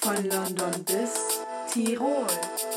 Von London bis Tirol.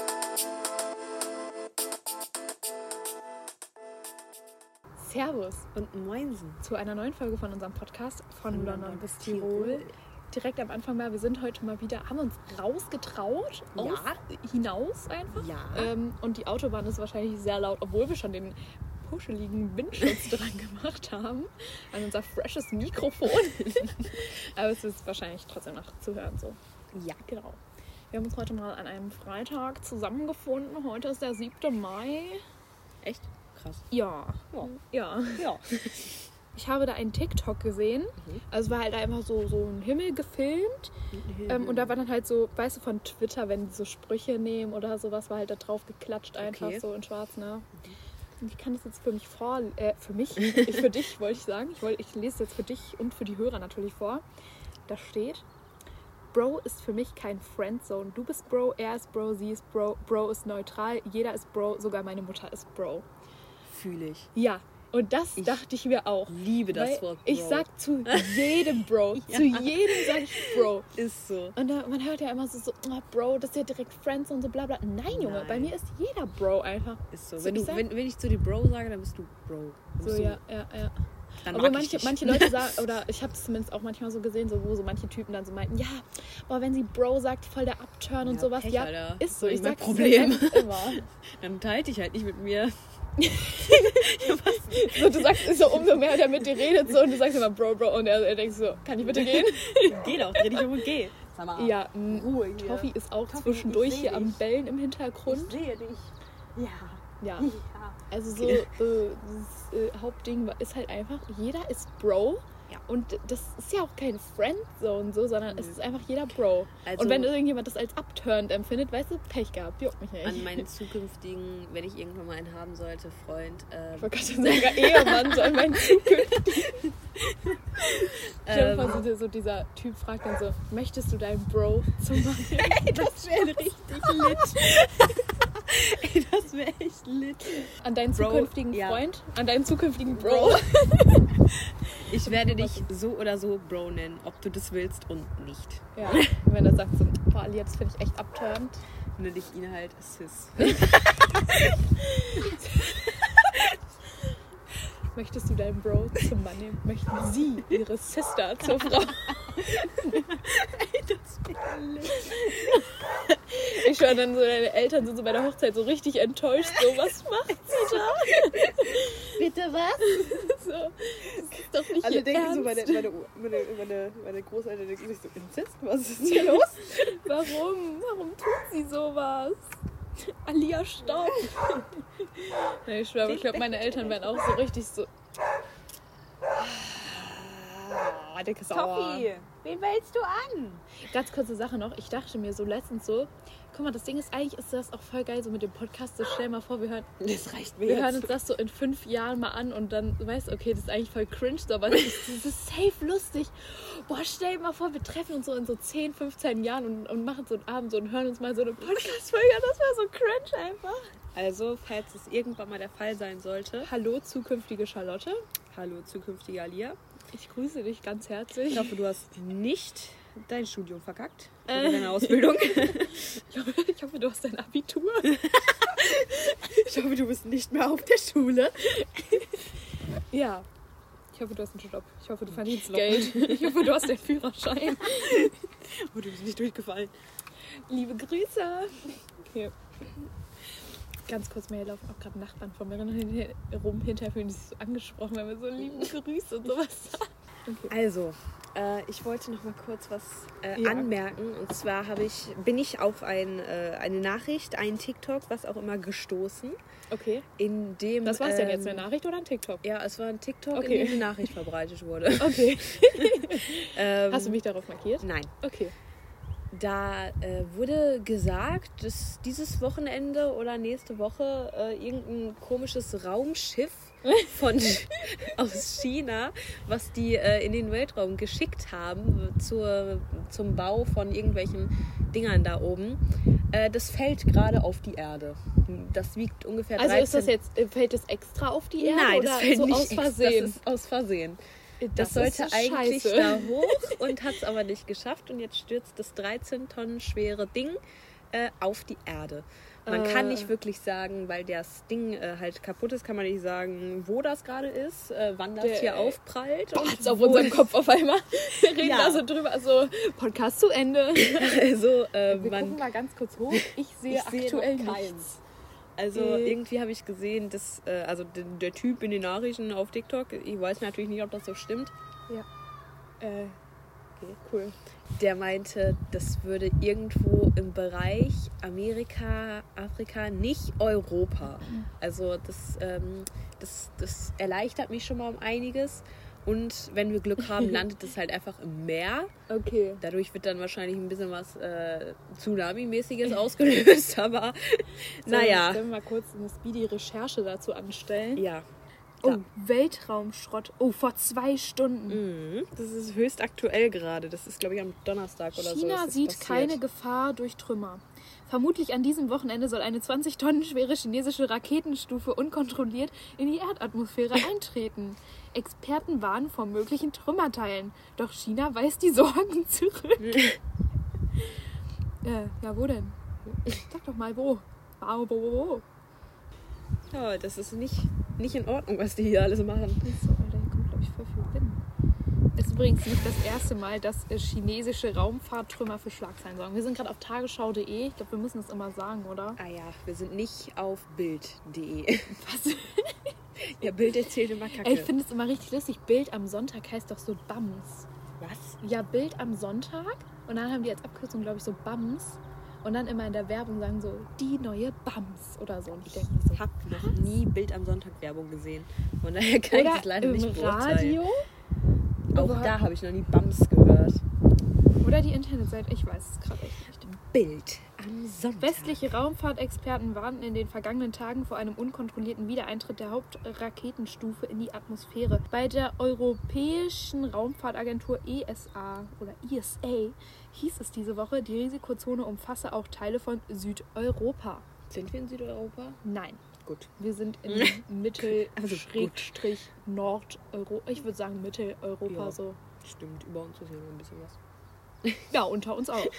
Servus und Moinsen zu einer neuen Folge von unserem Podcast von London bis Tirol. Direkt am Anfang mal, wir sind heute mal wieder, haben uns rausgetraut, hinaus einfach. Ja. Und die Autobahn ist wahrscheinlich sehr laut, obwohl wir schon den puscheligen Windschutz dran gemacht haben, an unser freshes Mikrofon. Aber es ist wahrscheinlich trotzdem noch zu hören so. Ja. Genau. Wir haben uns heute mal an einem Freitag zusammengefunden. Heute ist der 7. Mai. Echt? Krass. Ja. Ja. Ich habe da einen TikTok gesehen. Also es war halt einfach so ein Himmel gefilmt. Und da war dann halt so, weißt du, von Twitter, wenn die so Sprüche nehmen oder sowas, war halt da drauf geklatscht einfach so in schwarz, ne? Und ich kann das jetzt für mich für dich wollte ich sagen. Ich lese es jetzt für dich und für die Hörer natürlich vor. Da steht: Bro ist für mich kein Friendzone. Du bist Bro, er ist Bro, sie ist Bro. Bro ist neutral, jeder ist Bro, sogar meine Mutter ist Bro. Fühle ich. Ja, und das dachte ich mir auch. Liebe das Wort Bro. Ich sag zu jedem Bro, zu jedem sag ich Bro. Ist so. Und man hört ja immer so oh, Bro, das ist ja direkt Friends und so bla bla. Nein, Junge, bei mir ist jeder Bro einfach. Ist so. Wenn ich zu dir Bro sage, dann bist du Bro. So, ja. Aber manche Leute sagen, oder ich habe es zumindest auch manchmal so gesehen, so, wo so manche Typen dann so meinten, ja, boah, wenn sie Bro sagt, voll der Upturn und sowas. Pech, ja, Alter. ist so. Ich sag Problem. Das halt immer. Dann teilt dich halt nicht mit mir. So, du sagst so, umso mehr der mit dir redet so und du sagst immer Bro und er denkt so, kann ich bitte gehen? Geh doch, dreh dich um und geh. Sag mal, Ja, Ruhe hier. Toffi ist auch zwischendurch hier am Bellen im Hintergrund. Ich sehe dich. Ja. Also so das Hauptding ist halt einfach, jeder ist Bro. Ja. Und das ist ja auch keine Friendzone so, sondern es ist einfach jeder Bro. Also, und wenn irgendjemand das als upturned empfindet, weißt du, Pech gehabt, juckt mich nicht. An meinen zukünftigen, wenn ich irgendwann mal einen haben sollte, Freund. Ich wollte gerade sagen, Ehemann, so an meinen zukünftigen. Stell dir vor, so dieser Typ fragt dann so, möchtest du deinen Bro zum Beispiel? Ey, das wäre richtig lit. Ey, das wäre echt lit. An deinen Bro, zukünftigen ja. Freund? An deinen zukünftigen Bro? Ich werde dich so oder so Bro nennen, ob du das willst und nicht. Ja, wenn er sagt so, boah, Ali, das finde ich echt upturned. Nenne ich ihn halt Sis. Möchtest du deinen Bro zum Mann nehmen? Möchten sie ihre Sister zur Frau? Ey, das wäre lit. Ich höre dann so, deine Eltern sind so bei der Hochzeit so richtig enttäuscht. So, was macht sie da? Bitte was? So, das ist doch nicht Alle ihr denken Ernst. so, meine Großeltern denken sich so, Inzest? Was ist hier los? Warum? Warum tut sie sowas? Alia, stopp! Nee, ich schwöre, ich glaube, meine Eltern wären auch so richtig so... Dicke Sauer. Toffi, wen wählst du an? Ganz kurze Sache noch. Ich dachte mir so letztens so, guck mal, das Ding ist, eigentlich ist das auch voll geil so mit dem Podcast. So, stell mal vor, Das reicht mir wir jetzt. hören uns das so in 5 Jahren mal an und dann weißt du, okay, das ist eigentlich voll cringe, so, aber das ist safe lustig. Boah, stell dir mal vor, wir treffen uns so in so 10, 15 Jahren und machen so einen Abend so und hören uns mal so eine Podcast-Folge an. Das wäre so cringe einfach. Also, falls es irgendwann mal der Fall sein sollte. Hallo, zukünftige Charlotte. Hallo, zukünftige Alia. Ich grüße dich ganz herzlich. Ich hoffe, du hast nicht dein Studium verkackt. Oder deine Ausbildung. Ich hoffe, du hast dein Abitur. Ich hoffe, du bist nicht mehr auf der Schule. Ja. Ich hoffe, du hast einen Job. Ich hoffe, du verdienst Geld. Ich hoffe, du hast den Führerschein. Oh, du bist nicht durchgefallen. Liebe Grüße. Okay. Ganz kurz, mir laufen auch gerade Nachbarn von mir rum. Hinterher fühlen die sich so angesprochen, wenn wir so liebe Grüße und sowas sagen. Okay. Also, ich wollte noch mal kurz was anmerken. Und zwar bin ich auf eine Nachricht, einen TikTok, was auch immer, gestoßen. Okay. In dem, Was war es denn jetzt, eine Nachricht oder ein TikTok? Ja, es war ein TikTok, Okay. in dem eine Nachricht verbreitet wurde. Okay. Hast du mich darauf markiert? Nein. Okay. Da wurde gesagt, dass dieses Wochenende oder nächste Woche irgendein komisches Raumschiff aus China, was die in den Weltraum geschickt haben zum Bau von irgendwelchen Dingern da oben, das fällt gerade auf die Erde. Das wiegt ungefähr 13... Also ist das jetzt, fällt es extra auf die Erde? Nein, oder das fällt so nicht aus extra, Versehen? das ist aus Versehen. Das ist sollte eigentlich scheiße. da hoch und hat es aber nicht geschafft. Und jetzt stürzt das 13 Tonnen schwere Ding auf die Erde. Man kann nicht wirklich sagen, weil das Ding halt kaputt ist, kann man nicht sagen, wo das gerade ist, wann das hier aufprallt. Boah, und hat's auf wo- unserem Kopf auf einmal. Wir reden Ja. da so drüber, also Podcast zu Ende. Also, Wir man gucken mal ganz kurz hoch. Ich sehe Ich sehe aktuell noch keinen. nichts. Also irgendwie habe ich gesehen, dass der Typ in den Nachrichten auf TikTok, ich weiß natürlich nicht, ob das so stimmt, Okay, cool. der meinte, das würde irgendwo im Bereich Amerika, Afrika, nicht Europa. Also das erleichtert mich schon mal um einiges. Und wenn wir Glück haben, landet es halt einfach im Meer. Okay. Dadurch wird dann wahrscheinlich ein bisschen was Tsunami-mäßiges ausgelöst, aber naja. Sollen wir mal kurz eine Speedy-Recherche dazu anstellen? Ja. Oh, Weltraumschrott. Oh, vor 2 Stunden. Das ist höchst aktuell gerade. Das ist, glaube ich, am Donnerstag oder so. China ist das sieht passiert. keine Gefahr durch Trümmer. Vermutlich an diesem Wochenende soll eine 20 Tonnen schwere chinesische Raketenstufe unkontrolliert in die Erdatmosphäre eintreten. Experten warnen vor möglichen Trümmerteilen. Doch China weist die Sorgen zurück. Ja, wo denn? Sag doch mal, wo? Wo? Ja, das ist nicht in Ordnung, was die hier alles machen. So, Alter, hier kommt, glaube ich, voll viel Wind. Ist übrigens nicht das erste Mal, dass chinesische Raumfahrttrümmer für Schlagzeilen sorgen. Wir sind gerade auf tagesschau.de. Ich glaube, wir müssen das immer sagen, oder? Ah ja, wir sind nicht auf Bild.de. Was? Ja, Bild erzählt immer Kacke. Ey, ich finde es immer richtig lustig. Bild am Sonntag heißt doch so BAMS. Was? Ja, Bild am Sonntag. Und dann haben die als Abkürzung, glaube ich, so BAMS. Und dann immer in der Werbung sagen so, die neue BAMS oder so. Und ich denke mir so, Ich habe noch nie Bild am Sonntag Werbung gesehen. Von daher kann ich oder das leider im nicht beurteilen. Radio. Auch Aber- da habe ich noch nie Bams gehört. Oder die Internetseite. Ich weiß es gerade echt nicht. Bild am Sonntag. Westliche Raumfahrtexperten warnten in den vergangenen Tagen vor einem unkontrollierten Wiedereintritt der Hauptraketenstufe in die Atmosphäre. Bei der Europäischen Raumfahrtagentur ESA oder ESA hieß es diese Woche, die Risikozone umfasse auch Teile von Südeuropa. Sind wir in Südeuropa? Nein, Gut. wir sind in Also Mittel-Nordeuropa. Ich würde sagen Mitteleuropa Ja. so. Stimmt, über uns ist ja noch ein bisschen was. Ja, unter uns auch.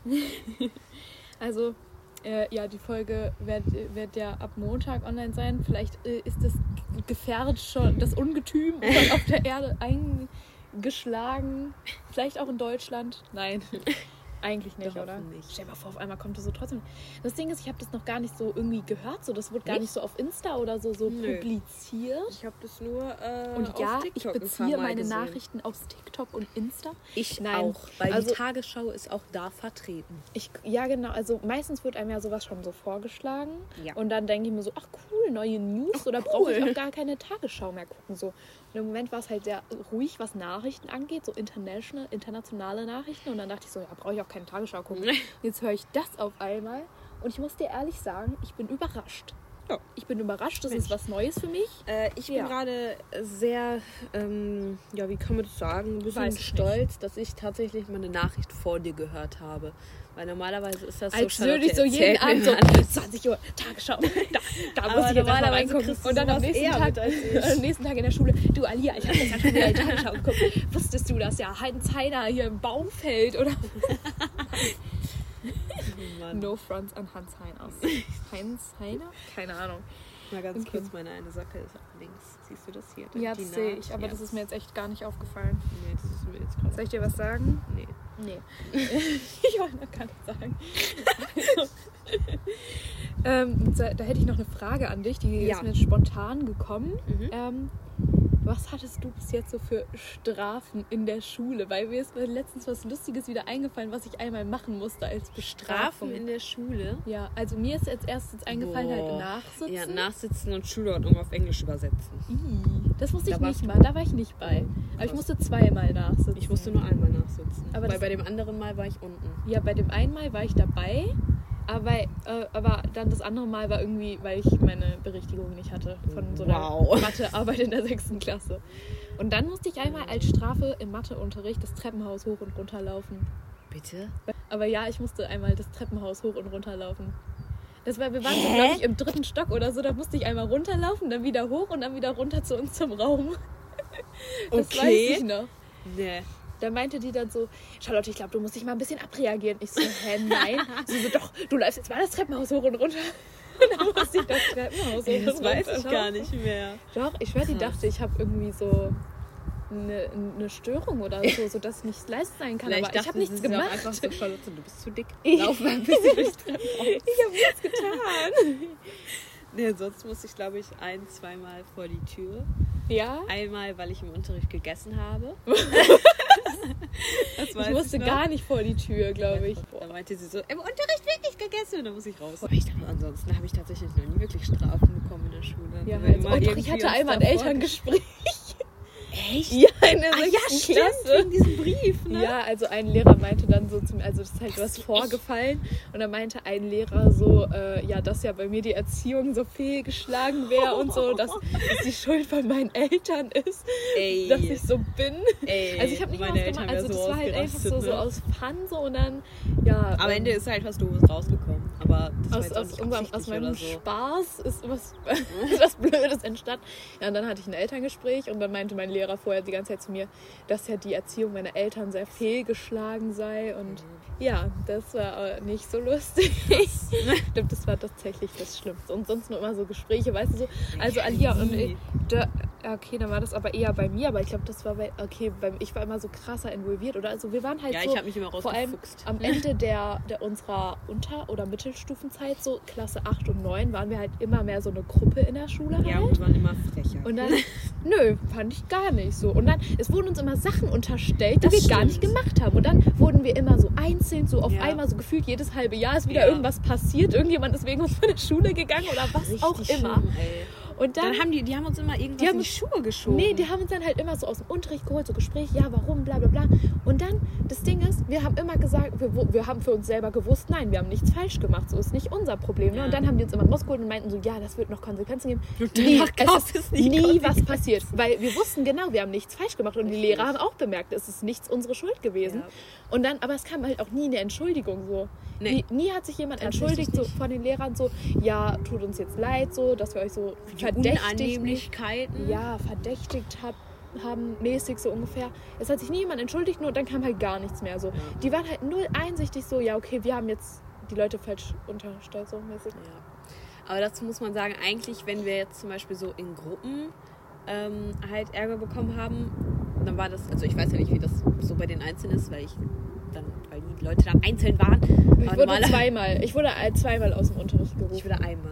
Also, ja, die Folge wird ja ab Montag online sein. Vielleicht ist das Gefährt schon, das Ungetüm schon auf der Erde eingeschlagen. Vielleicht auch in Deutschland. Nein, eigentlich nicht, Wir oder? hoffen nicht. Stell dir mal vor, auf einmal kommt es so trotzdem. Das Ding ist, ich habe das noch gar nicht so irgendwie gehört. So, das wurde gar Nicht? nicht so auf Insta oder so Nö. publiziert. Ich habe das nur Und auf ja, TikTok ich ein paar beziehe Mal meine gesehen. Nachrichten aus TikTok und Insta. Ich Nein. auch, weil Also- die Tagesschau ist auch da vertreten. Ja, genau. Also meistens wird einem ja sowas schon so vorgeschlagen. Ja. Und dann denke ich mir so, ach cool, neue News. Oder brauche ich auch gar keine Tagesschau mehr gucken. So. Und im Moment war es halt sehr ruhig, was Nachrichten angeht. So internationale Nachrichten. Und dann dachte ich so, ja, brauche ich auch keine Tagesschau gucken. Jetzt höre ich das auf einmal. Und ich muss dir ehrlich sagen, ich bin überrascht. Ja. Ich bin überrascht, das Mensch. ist was Neues für mich. Ich bin Ja. gerade sehr, ja, wie kann man das sagen, ein bisschen Weiß ich stolz, dass ich tatsächlich mal eine Nachricht vor dir gehört habe. Weil normalerweise ist das so, Als Charlotte würde ich so jeden erzählt mir Abend so mal. 20 Uhr Tagesschau. Da Aber muss ich jetzt erstmal normalerweise reingucken. kriegst du Und dann am sowas nächsten, eher Tag, mit als ich. am nächsten Tag in der Schule. Du Alia, ich habe jetzt schon wieder die Tagesschau geguckt. Wusstest du, dass ja Heinz Heiner hier im Baum fällt? Oder? Mann. No fronts an Hans Heiner. Heinz Heiner? Keine Ahnung. Mal ganz Okay. kurz, meine eine Sacke ist links. Siehst du das hier? Ja, Die das sehe Naht? ich. Aber Ja. das ist mir jetzt echt gar nicht aufgefallen. Nee, das ist mir jetzt gerade... Soll ich dir was sagen? Nee. Nee. Ich wollte noch gar nicht sagen. Da hätte ich noch eine Frage an dich, die Ja. ist mir spontan gekommen. Mhm. Was hattest du bis jetzt so für Strafen in der Schule? Weil mir ist letztens was Lustiges wieder eingefallen, was ich einmal machen musste als Bestrafung. Strafen in der Schule? Ja, also mir ist als erstes eingefallen, halt Boah. Nachsitzen. Ja, Nachsitzen und Schulordnung auf Englisch übersetzen. Das musste ich Da warst nicht du- mal, da war ich nicht bei. Aber ich Krass. musste zweimal nachsitzen. Ich musste nur einmal nachsitzen. Aber Weil das- bei dem anderen Mal war ich unten. Ja, bei dem einen Mal war ich dabei, aber dann das andere Mal war irgendwie, weil ich meine Berichtigung nicht hatte von so einer Wow. Mathearbeit in der 6. Klasse. Und dann musste ich einmal als Strafe im Matheunterricht das Treppenhaus hoch und runter laufen. Bitte? Aber ja, ich musste einmal das Treppenhaus hoch und runter laufen. Wir waren so, glaube ich, im 3. Stock oder so, da musste ich einmal runterlaufen, dann wieder hoch und dann wieder runter zu uns zum Raum. Das Okay. weiß ich noch. Nee. Da meinte die dann so, Charlotte, ich glaube, du musst dich mal ein bisschen abreagieren. Ich so, nein. Sie so, doch, du läufst jetzt mal das Treppenhaus hoch und runter. Und dann musste ich das Treppenhaus hoch und runter. Das weiß ich gar nicht mehr. Doch, ich schwör, die dachte, ich habe irgendwie so eine Störung oder so, sodass ich nicht leise sein kann. Vielleicht Aber ich habe nichts sie auch gemacht. einfach so, Charlotte, du bist zu dick. Ich- Lauf mal ein bisschen durchs Treppenhaus. Ich habe nichts getan. Nee, sonst musste ich, glaube ich, 1-2 Mal vor die Tür. Ja? Einmal, weil ich im Unterricht gegessen habe. Das Ich musste noch. gar nicht vor die Tür, glaube ich. Da meinte sie so, im Unterricht wirklich gegessen. Und dann muss ich raus. Aber ansonsten habe ich tatsächlich noch nie wirklich Strafen bekommen in der Schule. Ja, Weil also, immer oh, doch, ich irgendwie hatte uns einmal ein davor- Elterngespräch. Echt? Ja, in der Ah, ja, 6. stimmt, Klasse. wegen diesem Brief, ne? Ja, also ein Lehrer meinte dann so zu mir, also das ist halt was vorgefallen und dann meinte ein Lehrer so, ja, dass ja bei mir die Erziehung so fehlgeschlagen wäre und so, dass die Schuld von meinen Eltern ist, Ey. dass ich so bin. Ey, Also ich habe nicht mal meine was Eltern gemacht, also wären das war halt einfach ausgerastet, so ne? aus Fun so und dann, ja. Am Ende ist halt was Doofes rausgekommen. Aber das war jetzt auch nicht aus absichtlich meinem oder so. Spaß ist was Blödes entstanden. Ja, und dann hatte ich ein Elterngespräch und dann meinte mein Lehrer vorher die ganze Zeit zu mir, dass ja die Erziehung meiner Eltern sehr fehlgeschlagen sei und ja, das war nicht so lustig. Stimmt, das war tatsächlich das Schlimmste. Und sonst nur immer so Gespräche, weißt du so. Also Alia und ich, okay, dann war das aber eher bei mir, aber ich glaube, das war ich war immer so krasser involviert, oder? Also wir waren halt Ja, so, ich habe mich immer vor allem rausgefuchst. am Ende der unserer Unter- oder Mittelstufenzeit, so Klasse 8 und 9, waren wir halt immer mehr so eine Gruppe in der Schule Ja, halt. und waren immer frecher. Und dann, nö, fand ich gar nicht so. Und dann, es wurden uns immer Sachen unterstellt, die Das wir gar nicht stimmt. gemacht haben. Und dann wurden wir immer so einzeln, so auf Ja. einmal, so gefühlt jedes halbe Jahr ist wieder Ja. irgendwas passiert. Irgendjemand ist wegen uns von der Schule gegangen oder was Richtig auch immer. schlimm, ey. Und dann, Dann haben die haben uns immer irgendwas Die haben in die Schuhe geschoben. nee, die haben uns dann halt immer so aus dem Unterricht geholt, so Gespräch, ja, warum, bla bla bla. Und dann, das Ding ist, wir haben immer gesagt, wir haben für uns selber gewusst, nein, wir haben nichts falsch gemacht, so ist nicht unser Problem. Ne? Ja. Und dann haben die uns immer rausgeholt und meinten so, ja, das wird noch Konsequenzen geben. Und Nie, danach es gab ist es nie nie was Konsequenzen. passiert, weil wir wussten genau, wir haben nichts falsch gemacht und die Richtig. Lehrer haben auch bemerkt, es ist nichts unsere Schuld gewesen. Ja. Und dann, aber es kam halt auch nie eine Entschuldigung so. Nee. Nie hat sich jemand Tatsächlich entschuldigt so nicht. von den Lehrern so, ja, tut uns jetzt leid so, dass wir euch so Die verdächtigt Unannehmlichkeiten. ja, verdächtigt haben, mäßig so ungefähr. Es hat sich nie jemand entschuldigt, nur dann kam halt gar nichts mehr so. Die waren halt null einsichtig so, ja okay, wir haben jetzt die Leute falsch unterstellt so mäßig. Ja. Aber dazu muss man sagen, eigentlich, wenn wir jetzt zum Beispiel so in Gruppen halt Ärger bekommen haben, dann war das, also ich weiß ja nicht, wie das so bei den Einzelnen ist, weil die Leute dann einzeln waren. Ich Aber wurde normaler- zweimal aus dem Unterricht gerufen. Ich wurde einmal.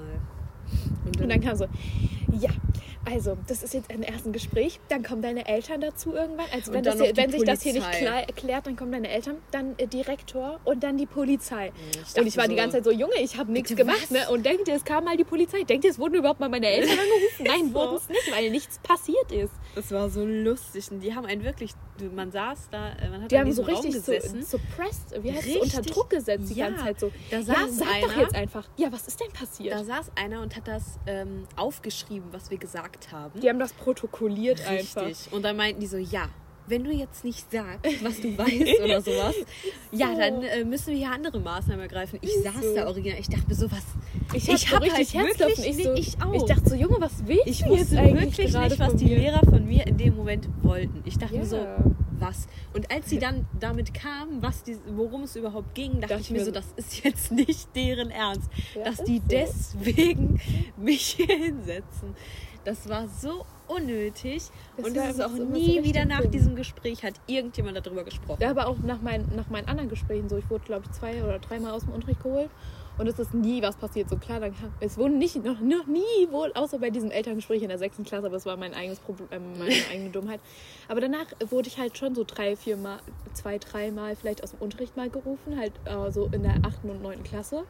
Und dann kam so, ja, also, das ist jetzt ein erstes Gespräch, dann kommen deine Eltern dazu irgendwann. Also, Und wenn, dann noch die wenn sich das hier nicht Polizei. erklärt, dann kommen deine Eltern, dann Direktor und dann die Polizei. dachte Und ich war die so, ganze Zeit so, Junge, ich habe nichts bitte gemacht. was? Ne? Und denkt ihr, es kam mal die Polizei? Denkt ihr, es wurden überhaupt mal meine Eltern angerufen? Nein, So. wurden es nicht, weil nichts passiert ist. Das war so lustig. Und die haben einen wirklich, man saß da, man hat Die in haben so diesem Raum richtig so gesessen. suppressed, wie heißt es, Richtig? unter Druck gesetzt die Ja. ganze Zeit so. Da Ja, saß sag doch einer. jetzt einfach. Ja, was ist denn passiert? Da saß einer und hat das aufgeschrieben, was wir gesagt haben. Die haben das protokolliert einfach. Richtig. Und dann meinten die so, ja, wenn du jetzt nicht sagst, was du weißt oder sowas, ja, dann müssen wir hier andere Maßnahmen ergreifen. Ich saß so. da original, ich dachte mir so, was? Ich Ich hab hab so richtig halt Herzklopfen. wirklich- ich auch. Ich dachte so, Junge, was willst Ich du jetzt wusste eigentlich wirklich gerade nicht, was von die mir? Lehrer von mir in dem Moment wollten. Ich dachte mir so, Ja. was? Und als sie dann damit kamen, worum es überhaupt ging, dachte ich mir so, das ist jetzt nicht deren Ernst, Ja, dass ist die so. deswegen mich hier hinsetzen. Das war so unnötig. Das Und war es ist auch einfach so immer so nie richtig wieder nach dumm. diesem Gespräch hat irgendjemand darüber gesprochen. Ja, aber auch nach meinen anderen Gesprächen so. Ich wurde, glaube ich, 2 oder 3 Mal aus dem Unterricht geholt. Und es ist nie was passiert. So klar, es wurde noch nie wohl, außer bei diesem Elterngespräch in der 6. Klasse, aber das war mein eigenes Problem, meine eigene Dummheit. Aber danach wurde ich halt schon so 3-4 Mal, 2-3 Mal vielleicht aus dem Unterricht mal gerufen, halt so in der 8. und 9. Klasse.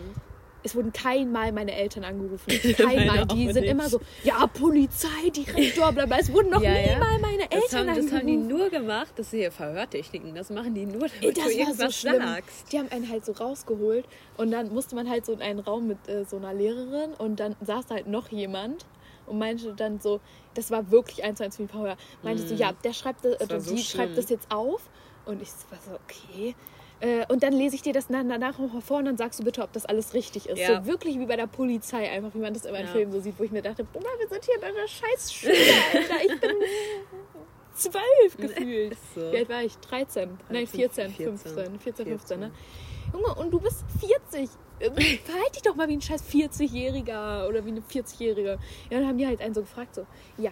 Es wurden kein Mal meine Eltern angerufen. Kein Meine Mal. auch Die sind nicht. immer so, ja, Polizei, Direktor, bla bla. Es wurden noch Ja, nie ja. mal meine Eltern Das angerufen. haben die nur gemacht, das sind ja Verhörtechniken, das machen die nur, damit Das du war so irgendwas schlimm. sagst. Die haben einen halt so rausgeholt und dann musste man halt so in einen Raum mit so einer Lehrerin und dann saß da halt noch jemand und meinte dann so, das war wirklich 1:1 wie ein Verhör, meinte so, ja, der schreibt das, war oder so die schlimm. schreibt das jetzt auf und ich war so, okay. Und dann lese ich dir das danach nochmal vor und dann sagst du bitte, ob das alles richtig ist. Ja. So wirklich wie bei der Polizei, einfach wie man das immer in Ja. Filmen so sieht, wo ich mir dachte, Bruder, wir sind hier in einer scheiß Schule, Alter. Ich bin 12 gefühlt. Ist so. Wie alt war ich? 13. Nein, 14, 15. 14, 15, ne? Junge, und du bist 40. Verhalte dich doch mal wie ein scheiß 40-Jähriger oder wie eine 40-Jährige. Ja, dann haben die halt einen so gefragt, so, ja,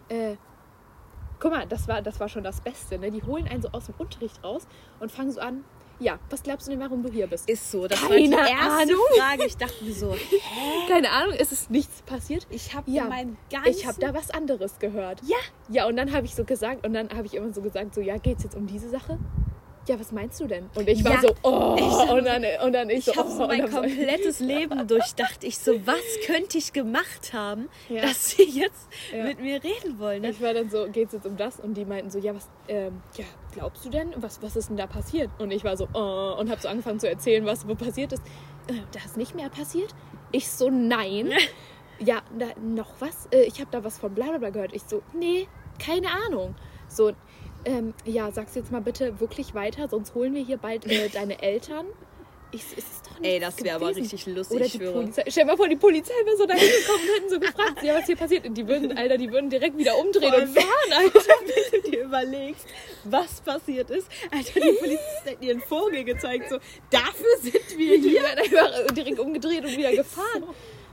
guck mal, das war schon das Beste, ne? Die holen einen so aus dem Unterricht raus und fangen so an, ja, was glaubst du denn, warum du hier bist? Ist so, das Keine war die erste Ahnung. Frage. Ich dachte mir so, Keine Ahnung, es ist nichts passiert. ich habe Ja, meinen ganzen... Ich habe da was anderes gehört. Ja. Ja, und dann habe ich so gesagt, und dann habe ich immer so gesagt, so, ja, geht's jetzt um diese Sache? Ja, was meinst du denn? Und ich war Ja. so, oh, und dann ich so, Ich habe so oh, mein und dann so, komplettes Leben durchdacht. Ich so, was könnte ich gemacht haben, Ja. dass sie jetzt Ja. mit mir reden wollen? Ne? Ich war dann so, geht's jetzt um das? Und die meinten so, ja, was, ja, glaubst du denn? Was ist denn da passiert? Und ich war so, oh, und habe so angefangen zu erzählen, was wo passiert ist. Da ist nicht mehr passiert? Ich so, nein. Ja, da, noch was? Ich habe da was von Blablabla gehört. Ich so, nee, keine Ahnung. So, ja, sag's jetzt mal bitte wirklich weiter, sonst holen wir hier bald deine Eltern. Es ist doch nicht Ey, das wäre aber richtig lustig. Oder die Polizei. Stell dir mal vor, die Polizei wäre so da hingekommen und hätten so gefragt, ja, was hier passiert. Und die würden direkt wieder umdrehen und fahren, Alter. Wenn du dir überlegst, was passiert ist. Alter, die Polizisten hätten ihren Vogel gezeigt, so, dafür sind wir Die hier. werden einfach direkt umgedreht und wieder gefahren.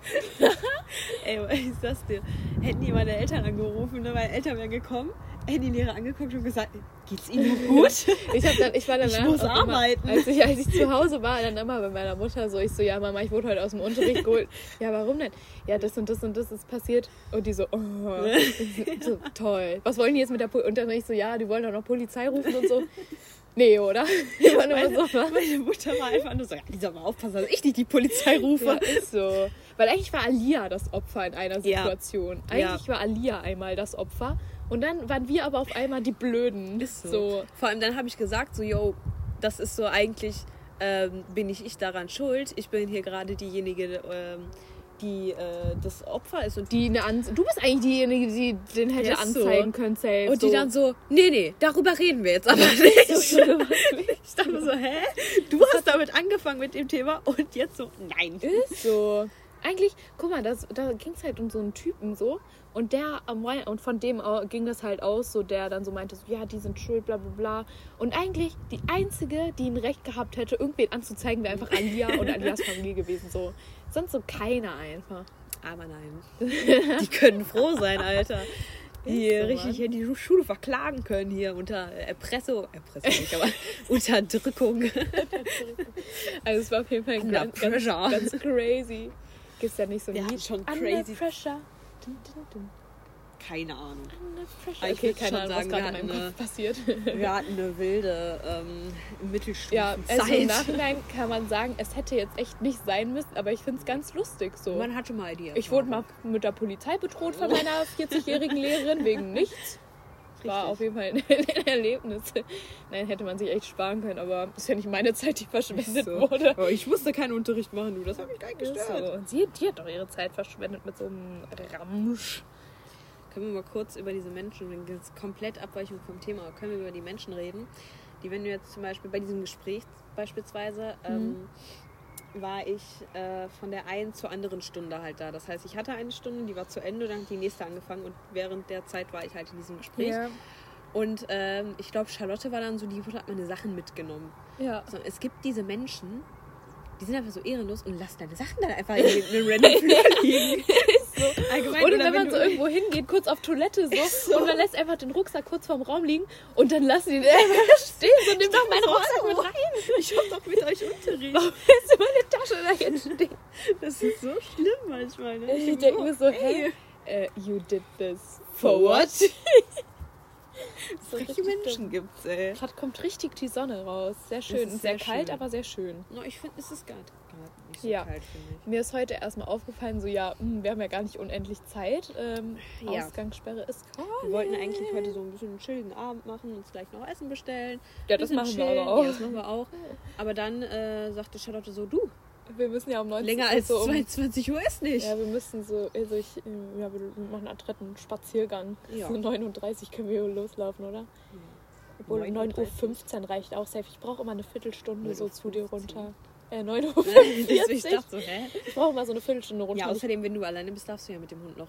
Ey, was ist das denn? Hätten die meine Eltern angerufen, ne? Meine Eltern wären gekommen, hätten die Lehrer angeguckt und gesagt, geht's ihnen gut? Ich war danach Ich muss auch immer, arbeiten. als ich zu Hause war, dann immer bei meiner Mutter so, ich so, ja Mama, ich wurde heute aus dem Unterricht geholt. Ja, warum denn? Ja, das und das und das ist passiert. Und die so, oh, so toll. Was wollen die jetzt mit der Polizei? Und dann ich so, ja, die wollen doch noch Polizei rufen und so. Nee, oder? Die waren immer so, Meine Mutter war einfach nur so, ja, die soll mal aufpassen, dass ich nicht die Polizei rufe. ja, ist so. Weil eigentlich war Alia das Opfer in einer Ja. Situation. Eigentlich war Alia einmal das Opfer. Und dann waren wir aber auf einmal die Blöden. Ist so. Vor allem dann habe ich gesagt, so, yo, das ist so eigentlich, bin ich daran schuld. Ich bin hier gerade diejenige, die das Opfer ist. Und Du bist eigentlich diejenige, die den hätte Ist so. anzeigen können, safe. und die so. dann so, nee, darüber reden wir jetzt aber nicht. Ich dachte mir so, hä? Du hast damit angefangen mit dem Thema und jetzt so, nein. Ist so. Eigentlich, guck mal, da ging es halt um so einen Typen so. Und von dem ging das halt aus, so der dann so meinte, so, ja, die sind schuld, bla bla bla. Und eigentlich die einzige, die ein Recht gehabt hätte, irgendwen anzuzeigen, wäre einfach Alia und Alias Familie gewesen. So. Sonst so keiner einfach. Aber nein. Die können froh sein, Alter. Die Ist so, richtig hier die Schule verklagen können hier unter Erpressung nicht, aber Unterdrückung. Also es war auf jeden Fall Under pressure. ganz crazy. Gibt's ja nicht so ein Ja, Lied? schon Under crazy. Pressure. Dun, dun, dun. Keine Ahnung. Under pressure. Ich Okay, würd keine schon Ahnung, was sagen, gerade wir in meinem hatten Kopf passiert. Wir hatten eine wilde Mittelstufenzeit. Ja, also im Nachhinein kann man sagen, es hätte jetzt echt nicht sein müssen, aber ich finde es ganz lustig so. Man hatte mal die Ich wurde mal mit der Polizei bedroht von meiner 40-jährigen Lehrerin wegen nichts. War auf jeden Fall ein Erlebnis. Nein, hätte man sich echt sparen können, aber ist ja nicht meine Zeit, die verschwendet wurde. Aber ich musste keinen Unterricht machen, du. Das hat mich gar nicht Ist gestört. so. Und die hat doch ihre Zeit verschwendet mit so einem Ramsch. Können wir mal kurz über diese Menschen, jetzt komplett Abweichung vom Thema, aber können wir über die Menschen reden, die, wenn du jetzt zum Beispiel bei diesem Gespräch beispielsweise, war ich von der einen zur anderen Stunde halt da. Das heißt, ich hatte eine Stunde, die war zu Ende, dann hat die nächste angefangen und während der Zeit war ich halt in diesem Gespräch. Ja. Und ich glaube, Charlotte war dann so, die hat meine Sachen mitgenommen. Ja. So, es gibt diese Menschen, die sind einfach so ehrenlos und lassen deine Sachen dann einfach in einem random Flur liegen. So. Allgemein, Oder oder wenn man du- so irgendwo hingeht, kurz auf Toilette so, und man lässt einfach den Rucksack kurz vorm Raum liegen und dann lassen die den einfach stehen und nimm doch meinen so, Rucksack hallo. mit rein. Ich hab doch mit euch Unterricht. Warum ist meine Tasche da jetzt stehen? Das ist so schlimm manchmal. Ne? Ich denke mir so, ey, hä? You did this for what? So freche richtig Menschen dumm. gibt's, ey. Gerade kommt richtig die Sonne raus. Sehr schön. ist Sehr sehr kalt, schön. aber sehr schön. No, ich finde, es ist gerade nicht so Ja. kalt, finde ich. Mir ist heute erstmal aufgefallen, so ja, wir haben ja gar nicht unendlich Zeit. Ja. Ausgangssperre ist Wir wollten eigentlich heute so ein bisschen einen chilligen Abend machen, uns gleich noch Essen bestellen. Ja, das Bisschen machen wir chillen. aber auch. Ja, das machen wir auch. Aber dann sagte Charlotte so, du, Wir müssen ja um 19 länger Uhr als so um 22 Uhr ist nicht. Ja, wir müssen so, also wir machen einen dritten Spaziergang. Ja. So 9:30 Uhr können wir loslaufen, oder? Obwohl 9:15 Uhr reicht auch safe. Ich brauche immer eine Viertelstunde so zu dir runter. 9:45 Uhr. Ich dachte so, hä? Ich brauche immer so eine Viertelstunde runter. Ja, außerdem, wenn du alleine bist, darfst du ja mit dem Hund noch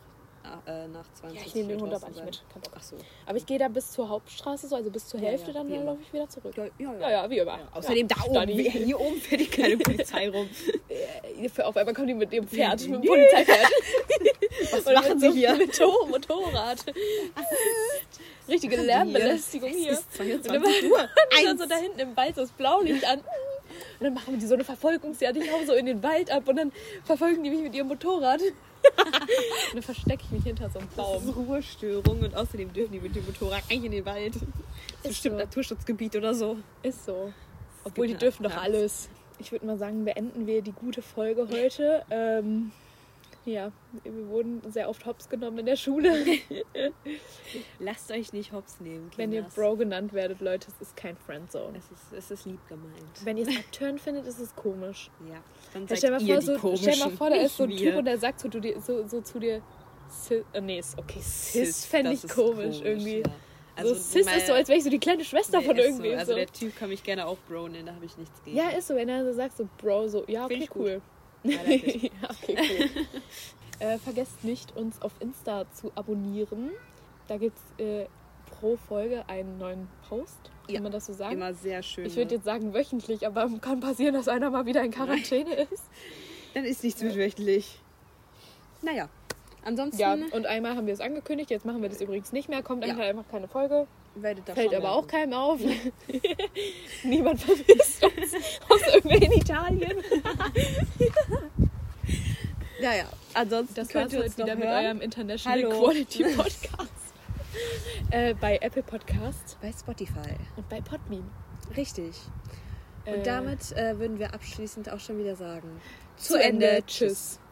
nach 20 Ja, ich nehme den Hund aber draußen nicht sein. mit. Kein Bock. Ach so. Aber ich gehe da bis zur Hauptstraße, so, also bis zur Ja, Hälfte, ja, dann wie immer. laufe ich wieder zurück. Ja, wie immer. Ja, außerdem Ja, da oben, Stani. hier oben fährt die keine Polizei rum. Auf einmal kommen die mit dem Pferd, Nee, mit dem nee. Polizeipferd. Was Oder machen mit Sie so hier? einem Motorrad. Richtige machen Sie hier? Lärmbelästigung hier. Es ist 22 Und Uhr. dann so da hinten im Wald so das Blaulicht an. Und dann machen die so eine Verfolgungsjagd. Ich hau so in den Wald ab und dann verfolgen die mich mit ihrem Motorrad. Und dann verstecke ich mich hinter so einem Das ist Baum. Ruhestörung und außerdem dürfen die mit dem Motorrad eigentlich in den Wald. Das ist bestimmt so. Naturschutzgebiet oder so. Ist so. Obwohl die gibt dürfen eine doch Abgabe. alles. Ich würde mal sagen, beenden wir die gute Folge heute. Ja, wir wurden sehr oft hops genommen in der Schule. Lasst euch nicht hops nehmen, Kinders. Wenn ihr Bro genannt werdet, Leute, es ist kein Friendzone. Es ist lieb gemeint. Wenn ihr es abturnt findet, ist es komisch. Ja, dann Ja, seid stell mal ihr vor, die so, Komischen. stell mal vor, da ist so ein nicht Typ wir. und der sagt so zu dir, Sis, nee, ist okay, Sis fände das ich ist komisch irgendwie. Ja. So, Sis ist so, als wäre ich so die kleine Schwester nee, von ist irgendwem. So. Also so. der Typ kann mich gerne auch Bro nennen, da habe ich nichts gegen. Ja, ist so, wenn er so sagt, so Bro, so, ja, Find okay, ich gut. cool. Ja, wirklich. Ja, okay, cool. Vergesst nicht, uns auf Insta zu abonnieren. Da gibt es pro Folge einen neuen Post. Kann Ja, man das so sagen? Immer sehr schön. Ich würde jetzt sagen wöchentlich, aber kann passieren, dass einer mal wieder in Quarantäne ist. Dann ist nichts mit wöchentlich. Naja, ansonsten Ja, und einmal haben wir es angekündigt, jetzt machen wir das übrigens nicht mehr. Kommt Ja. einfach keine Folge. werdet das Fällt schon aber merken. auch keinem auf. Niemand vermisst uns aus irgendwer in Italien. Ja. Ansonsten Das könnt war's ihr heute uns noch wieder mit hören. eurem International Hallo. Quality Podcast. Bei Apple Podcast Bei Spotify. und bei Podbean. Richtig. Und Äh, damit würden wir abschließend auch schon wieder sagen. Zu Ende. Tschüss.